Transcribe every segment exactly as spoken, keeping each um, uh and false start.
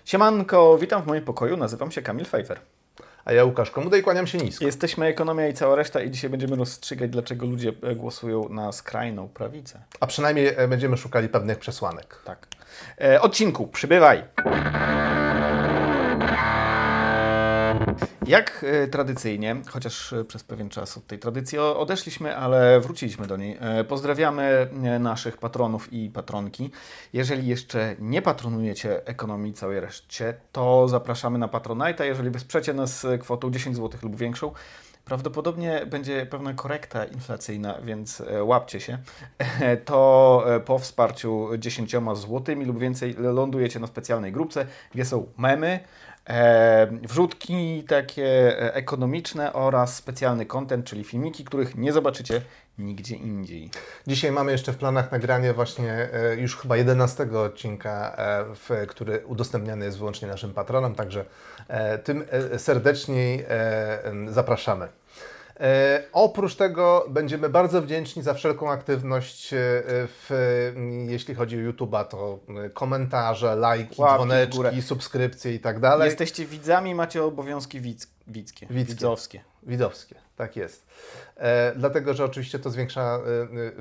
Siemanko, witam w moim pokoju, nazywam się Kamil Fejfer. A ja Łukasz Komuda i kłaniam się nisko. Jesteśmy Ekonomia i cała reszta i dzisiaj będziemy rozstrzygać, dlaczego ludzie głosują na skrajną prawicę. A przynajmniej będziemy szukali pewnych przesłanek. Tak. E, odcinku, przybywaj! Jak e, tradycyjnie, chociaż e, przez pewien czas od tej tradycji o, odeszliśmy, ale wróciliśmy do niej. E, pozdrawiamy e, naszych patronów i patronki. Jeżeli jeszcze nie patronujecie Ekonomii całej reszcie, to zapraszamy na Patronite'a. Jeżeli wesprzecie nas kwotą dziesięć złotych lub większą, prawdopodobnie będzie pewna korekta inflacyjna, więc łapcie się. To po wsparciu dziesięcioma złotymi lub więcej lądujecie na specjalnej grupce, gdzie są memy, wrzutki takie ekonomiczne oraz specjalny content, czyli filmiki, których nie zobaczycie nigdzie indziej. Dzisiaj mamy jeszcze w planach nagranie właśnie już chyba jedenastego odcinka, w, który udostępniany jest wyłącznie naszym patronom, także tym serdeczniej zapraszamy. E, oprócz tego będziemy bardzo wdzięczni za wszelką aktywność, w, jeśli chodzi o YouTube'a, to komentarze, lajki, Łapki dzwoneczki, subskrypcje i tak dalej. Jesteście widzami, macie obowiązki widz, widzkie, widzkie, widzowskie. Widzowskie, tak jest. E, dlatego, że oczywiście to zwiększa, e,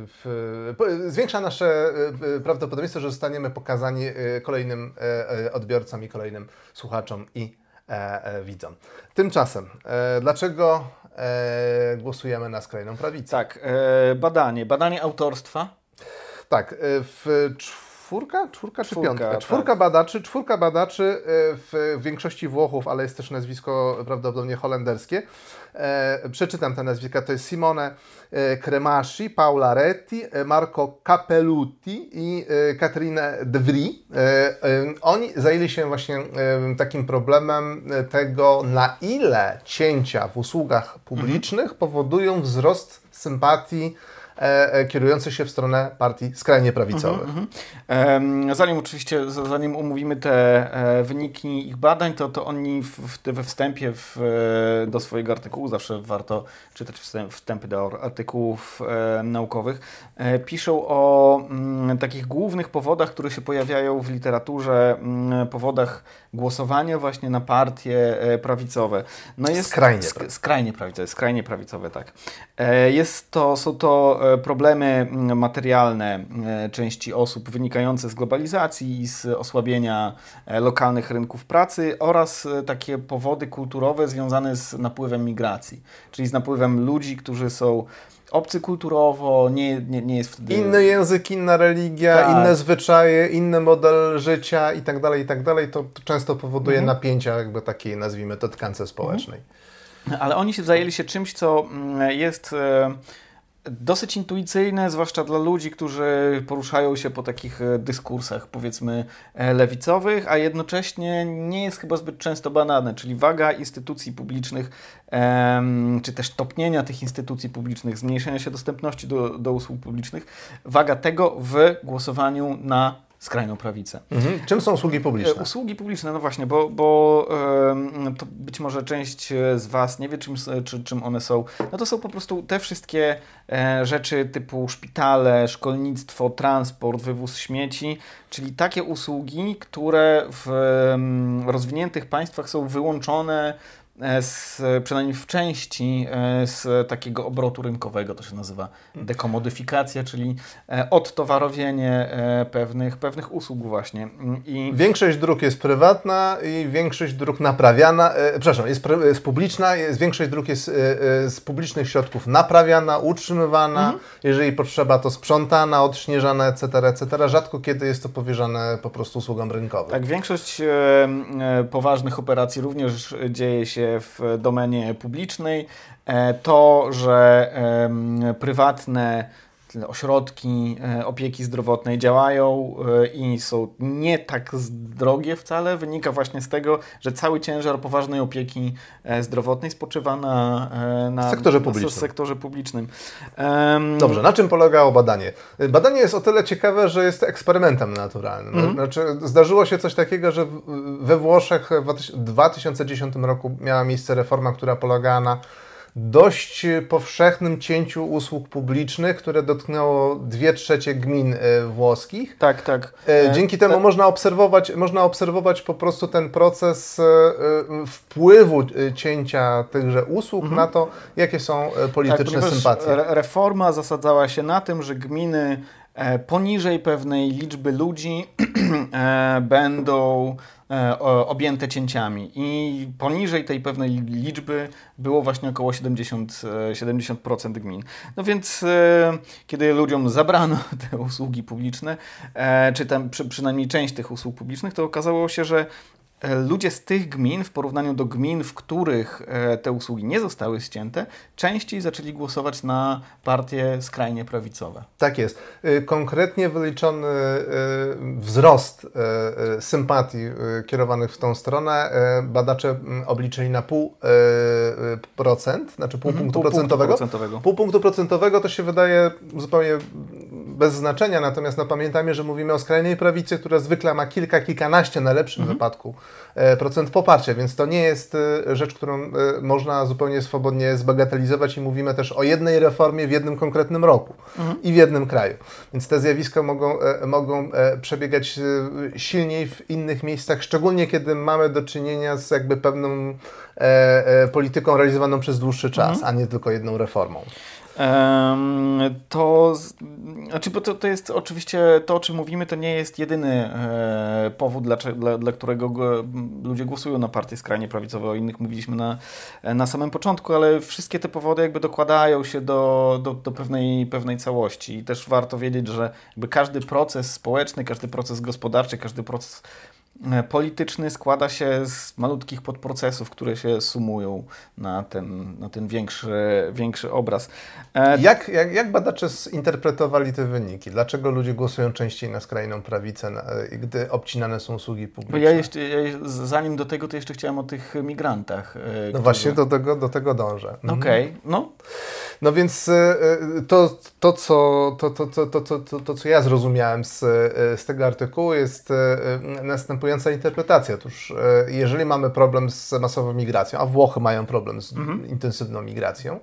w, po, zwiększa nasze e, prawdopodobieństwo, że zostaniemy pokazani e, kolejnym e, odbiorcom i kolejnym słuchaczom i e, e, widzom. Tymczasem, e, dlaczego e, głosujemy na skrajną prawicę? Tak, e, badanie, badanie autorstwa. Tak, e, w czwórka, czwórka czy Czwórka, piątka? tak. Czwórka badaczy, czwórka badaczy w, w większości Włochów, ale jest też nazwisko prawdopodobnie holenderskie. E, przeczytam te nazwiska, to jest Simone e, Cremasci, Paula Retti, e, Marco Capelluti i e, Caterina De Vries. E, e, oni zajęli się właśnie e, takim problemem tego, na ile cięcia w usługach publicznych mhm. powodują wzrost sympatii E, kierujący się w stronę partii skrajnie prawicowych. Mhm, mhm. Zanim oczywiście, zanim omówimy te e, wyniki ich badań, to, to oni w, w, we wstępie w, do swojego artykułu, zawsze warto czytać wstęp, wstępy do artykułów e, naukowych, e, piszą o m, takich głównych powodach, które się pojawiają w literaturze, m, powodach głosowania właśnie na partie e, prawicowe. No jest skrajnie, sk- skrajnie prawicowe, skrajnie prawicowe, tak. E, jest to, są to problemy materialne części osób wynikające z globalizacji i z osłabienia lokalnych rynków pracy oraz takie powody kulturowe związane z napływem migracji, czyli z napływem ludzi, którzy są obcy kulturowo, nie, nie, nie jest wtedy... Inny język, inna religia, tak. inne zwyczaje, inny model życia i tak dalej, i tak dalej. To, to często powoduje mhm. napięcia jakby takiej, nazwijmy to, tkance społecznej. Mhm. Ale oni się zajęli się czymś, co jest dosyć intuicyjne, zwłaszcza dla ludzi, którzy poruszają się po takich dyskursach, powiedzmy, lewicowych, a jednocześnie nie jest chyba zbyt często badane, czyli waga instytucji publicznych, em, czy też topnienia tych instytucji publicznych, zmniejszenia się dostępności do, do usług publicznych, waga tego w głosowaniu na skrajną prawicę. Mhm. Czym są usługi publiczne? Usługi publiczne, no właśnie, bo, bo um, to być może część z Was nie wie, czym, czy, czym one są. No to są po prostu te wszystkie e, rzeczy typu szpitale, szkolnictwo, transport, wywóz śmieci, czyli takie usługi, które w um, rozwiniętych państwach są wyłączone z, przynajmniej w części z takiego obrotu rynkowego, to się nazywa dekomodyfikacja, czyli odtowarowienie pewnych, pewnych usług właśnie. I większość dróg jest prywatna i większość dróg naprawiana, e, przepraszam, jest, jest publiczna, jest, większość dróg jest e, z publicznych środków naprawiana, utrzymywana, mhm. jeżeli potrzeba to sprzątana, odśnieżana, et cetera, et cetera. Rzadko kiedy jest to powierzane po prostu usługom rynkowym. Tak, większość e, poważnych operacji również dzieje się w domenie publicznej. To, że prywatne ośrodki opieki zdrowotnej działają i są nie tak drogie wcale, wynika właśnie z tego, że cały ciężar poważnej opieki zdrowotnej spoczywa na, na sektorze publicznym. Na sektorze publicznym. Dobrze, na czym polegało badanie? Badanie jest o tyle ciekawe, że jest eksperymentem naturalnym. Mm. Znaczy, zdarzyło się coś takiego, że we Włoszech w dwa tysiące dziesiątym roku miała miejsce reforma, która polegała na dość powszechnym cięciu usług publicznych, które dotknęło dwie trzecie gmin włoskich. Tak, tak. Dzięki temu można obserwować, można obserwować po prostu ten proces wpływu cięcia tychże usług mhm. na to, jakie są polityczne tak, sympatie. Reforma zasadzała się na tym, że gminy poniżej pewnej liczby ludzi będą objęte cięciami i poniżej tej pewnej liczby było właśnie około siedemdziesiąt procent gmin. No więc kiedy ludziom zabrano te usługi publiczne, czy tam przy, przynajmniej część tych usług publicznych, to okazało się, że ludzie z tych gmin, w porównaniu do gmin, w których te usługi nie zostały ścięte, częściej zaczęli głosować na partie skrajnie prawicowe. Tak jest. Konkretnie wyliczony wzrost sympatii kierowanych w tą stronę badacze obliczyli na pół procent, znaczy pół punktu pół procentowego. Punktu procentowego. Pół punktu procentowego to się wydaje zupełnie bez znaczenia, natomiast no, pamiętajmy, że mówimy o skrajnej prawicy, która zwykle ma kilka, kilkanaście, na lepszym mhm. wypadku procent poparcia, więc to nie jest rzecz, którą można zupełnie swobodnie zbagatelizować i mówimy też o jednej reformie w jednym konkretnym roku mhm. i w jednym kraju. Więc te zjawiska mogą, mogą przebiegać silniej w innych miejscach, szczególnie kiedy mamy do czynienia z jakby pewną polityką realizowaną przez dłuższy czas, mhm. a nie tylko jedną reformą. To, znaczy, bo to, to jest oczywiście to, o czym mówimy, to nie jest jedyny e, powód, dla, dla, dla którego go, ludzie głosują na partie skrajnie prawicowe. O innych mówiliśmy na, na samym początku, ale wszystkie te powody jakby dokładają się do, do, do pewnej, pewnej całości. I też warto wiedzieć, że jakby każdy proces społeczny, każdy proces gospodarczy, każdy proces polityczny składa się z malutkich podprocesów, które się sumują na ten, na ten większy, większy obraz. E... Jak, jak, jak badacze zinterpretowali te wyniki? Dlaczego ludzie głosują częściej na skrajną prawicę, na, gdy obcinane są usługi publiczne? Ja jeszcze, ja, zanim do tego, to jeszcze chciałem o tych migrantach. No którzy... właśnie do tego, do tego dążę. Mhm. Okej, okay. no. No więc to, to, co, to, to, to, to, to, to, to, co ja zrozumiałem z, z tego artykułu, jest następująca interpretacja. Otóż jeżeli mamy problem z masową migracją, a Włochy mają problem z mhm. intensywną migracją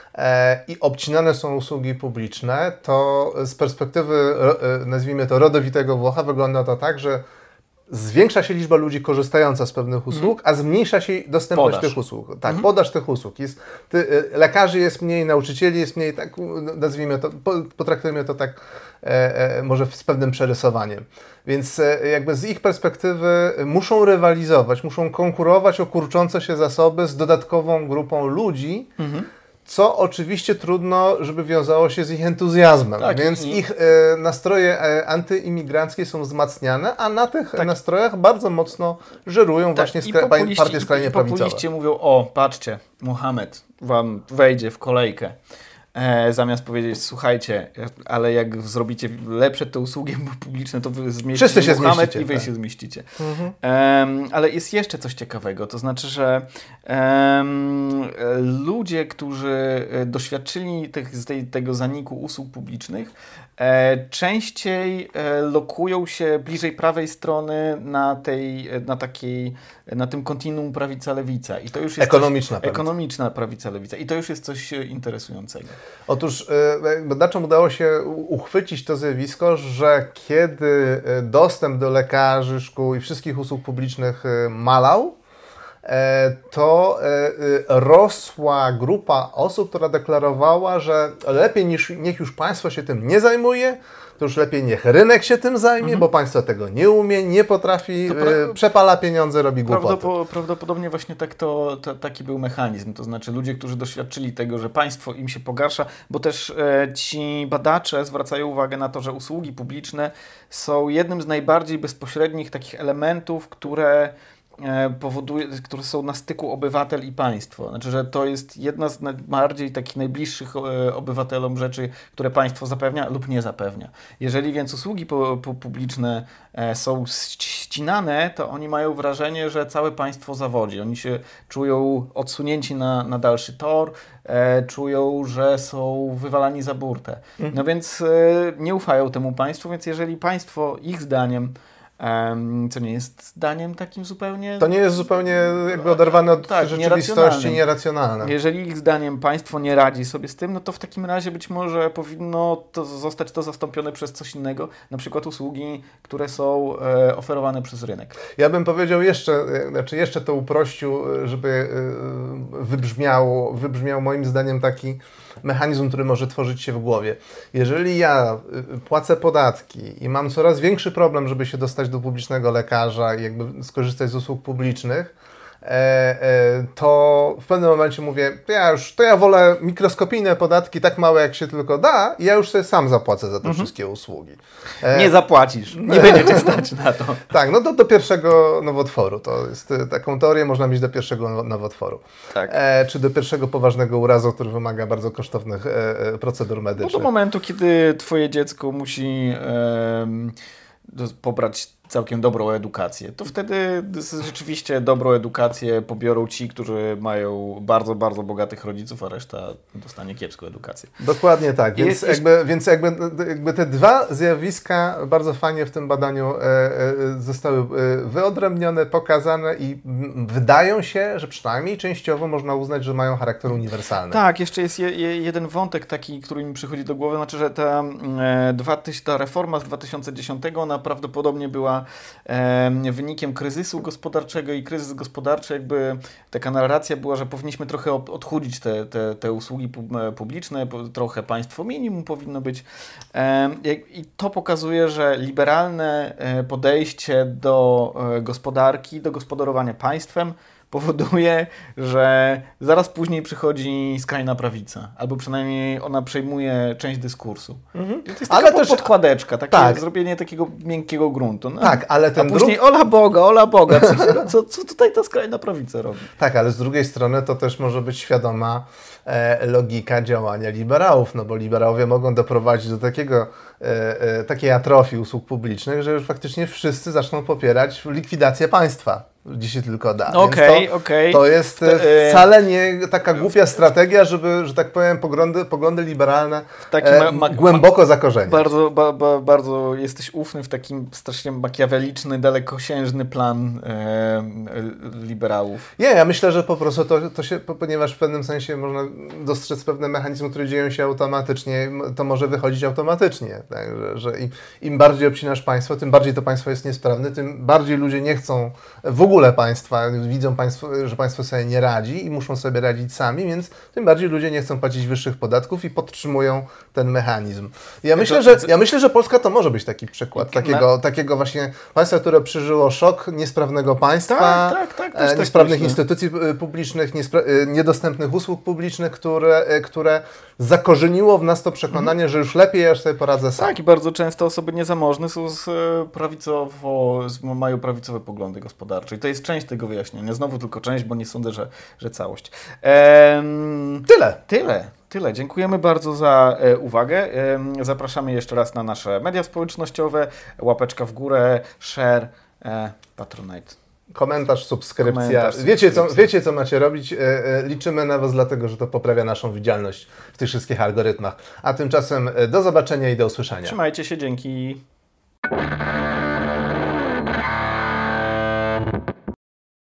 i obcinane są usługi publiczne, to z perspektywy, nazwijmy to, rodowitego Włocha wygląda to tak, że zwiększa się liczba ludzi korzystająca z pewnych usług, mm. a zmniejsza się dostępność podaż. tych usług. Tak, mm. podaż tych usług. Jest, ty, lekarzy jest mniej, nauczycieli jest mniej, tak nazwijmy to, potraktujmy to tak e, e, może z pewnym przerysowaniem. Więc e, jakby z ich perspektywy muszą rywalizować, muszą konkurować o kurczące się zasoby z dodatkową grupą ludzi, mm-hmm. co oczywiście trudno, żeby wiązało się z ich entuzjazmem, tak, więc i... ich e, nastroje e, antyimigranckie są wzmacniane, a na tych tak. nastrojach bardzo mocno żerują tak, właśnie skra- partie skrajnie prawicowe. Populiści mówią, o patrzcie, Mohamed wam wejdzie w kolejkę. E, zamiast powiedzieć, słuchajcie, ale jak zrobicie lepsze te usługi publiczne, to wy zmieścicie się Mohamed i wy tak. się zmieścicie. Mhm. E, ale jest jeszcze coś ciekawego, to znaczy, że e, ludzie, którzy doświadczyli tych, z tej, tego zaniku usług publicznych, e, częściej e, lokują się bliżej prawej strony na tej, na takiej, na tym kontinuum prawica-lewica. I to już jest ekonomiczna coś, prawica. Ekonomiczna prawica-lewica. I to już jest coś interesującego. Otóż badaczom udało się uchwycić to zjawisko, że kiedy dostęp do lekarzy, szkół i wszystkich usług publicznych malał, to rosła grupa osób, która deklarowała, że lepiej niż, niech już państwo się tym nie zajmuje, to już lepiej niech rynek się tym zajmie, mhm. bo państwo tego nie umie, nie potrafi, pra- przepala pieniądze, robi głupoty. Prawdopod- prawdopodobnie właśnie tak to, to, taki był mechanizm, to znaczy ludzie, którzy doświadczyli tego, że państwo im się pogarsza, bo też e, ci badacze zwracają uwagę na to, że usługi publiczne są jednym z najbardziej bezpośrednich takich elementów, które powoduje, które są na styku obywatel i państwo. Znaczy, że to jest jedna z najbardziej takich najbliższych obywatelom rzeczy, które państwo zapewnia lub nie zapewnia. Jeżeli więc usługi publiczne są ścinane, to oni mają wrażenie, że całe państwo zawodzi. Oni się czują odsunięci na, na dalszy tor, e, czują, że są wywalani za burtę. Mhm. No więc e, nie ufają temu państwu, więc jeżeli państwo ich zdaniem Um, co nie jest zdaniem takim zupełnie... To nie jest zupełnie jakby oderwane od tak, rzeczywistości, nieracjonalne. Jeżeli ich zdaniem państwo nie radzi sobie z tym, no to w takim razie być może powinno to zostać to zastąpione przez coś innego, na przykład usługi, które są e, oferowane przez rynek. Ja bym powiedział jeszcze, znaczy jeszcze to uprościł, żeby wybrzmiało, wybrzmiał moim zdaniem taki mechanizm, który może tworzyć się w głowie. Jeżeli ja płacę podatki i mam coraz większy problem, żeby się dostać do publicznego lekarza i jakby skorzystać z usług publicznych, to w pewnym momencie mówię, to ja już, to ja wolę mikroskopijne podatki, tak małe jak się tylko da i ja już sobie sam zapłacę za te mhm. wszystkie usługi. Nie zapłacisz, nie będzie cię stać na to. Tak, no to do pierwszego nowotworu. To jest, taką teorię można mieć do pierwszego nowotworu. Tak. E, czy do pierwszego poważnego urazu, który wymaga bardzo kosztownych e, procedur medycznych. No do momentu, kiedy twoje dziecko musi e, pobrać całkiem dobrą edukację, to wtedy rzeczywiście dobrą edukację pobiorą ci, którzy mają bardzo, bardzo bogatych rodziców, a reszta dostanie kiepską edukację. Dokładnie tak, więc, jest, jakby, więc jakby, jakby te dwa zjawiska bardzo fajnie w tym badaniu e, e, zostały wyodrębnione, pokazane i wydają się, że przynajmniej częściowo można uznać, że mają charakter uniwersalny. Tak, jeszcze jest je, je, jeden wątek taki, który mi przychodzi do głowy, znaczy, że ta, e, dwa, ta reforma z dwa tysiące dziesiątego ona prawdopodobnie była wynikiem kryzysu gospodarczego i kryzys gospodarczy, jakby taka narracja była, że powinniśmy trochę odchudzić te, te, te usługi publiczne, trochę państwo minimum powinno być. I to pokazuje, że liberalne podejście do gospodarki, do gospodarowania państwem powoduje, że zaraz później przychodzi skrajna prawica, albo przynajmniej ona przejmuje część dyskursu. Mhm. To jest taka ale też podkładeczka, takie tak. zrobienie takiego miękkiego gruntu. No. Tak, ale ten A później dru... ola Boga, ola Boga, co, co, co tutaj ta skrajna prawica robi? Tak, ale z drugiej strony to też może być świadoma e, logika działania liberałów, no bo liberałowie mogą doprowadzić do takiego e, e, takiej atrofii usług publicznych, że już faktycznie wszyscy zaczną popierać likwidację państwa. Gdzie się tylko da. Okej, to, okej. To jest wcale nie taka głupia strategia, żeby, że tak powiem, poglądy, poglądy liberalne e, ma, głęboko zakorzenić. Bardzo, ba, ba, bardzo jesteś ufny w takim strasznie makiaweliczny, dalekosiężny plan e, liberałów. Nie, ja myślę, że po prostu to, to się, ponieważ w pewnym sensie można dostrzec pewne mechanizmy, które dzieją się automatycznie, to może wychodzić automatycznie. Tak? Że, że im, im bardziej obcinasz państwo, tym bardziej to państwo jest niesprawne, tym bardziej ludzie nie chcą w ogóle państwa, widzą państwo, że państwo sobie nie radzi i muszą sobie radzić sami, więc tym bardziej ludzie nie chcą płacić wyższych podatków i podtrzymują ten mechanizm. Ja myślę, że, ja myślę, że Polska to może być taki przykład takiego, takiego właśnie państwa, które przeżyło szok niesprawnego państwa, tak, tak, tak, e, niesprawnych tak instytucji publicznych, niespra- niedostępnych usług publicznych, które, które zakorzeniło w nas to przekonanie, mhm. że już lepiej ja już sobie poradzę sam. Tak, i bardzo często osoby niezamożne są z prawicowo, mają prawicowe poglądy gospodarcze. I to jest część tego wyjaśnienia. Znowu tylko część, bo nie sądzę, że, że całość. Ehm, tyle. Tyle. Tyle. Dziękujemy bardzo za e, uwagę. E, zapraszamy jeszcze raz na nasze media społecznościowe. Łapeczka w górę, share, e, Patronite. Komentarz, subskrypcja. Komentarz, wiecie, subskrypcja. Co, wiecie, co macie robić. E, e, liczymy na Was, dlatego że to poprawia naszą widzialność w tych wszystkich algorytmach. A tymczasem e, do zobaczenia i do usłyszenia. Trzymajcie się, dzięki.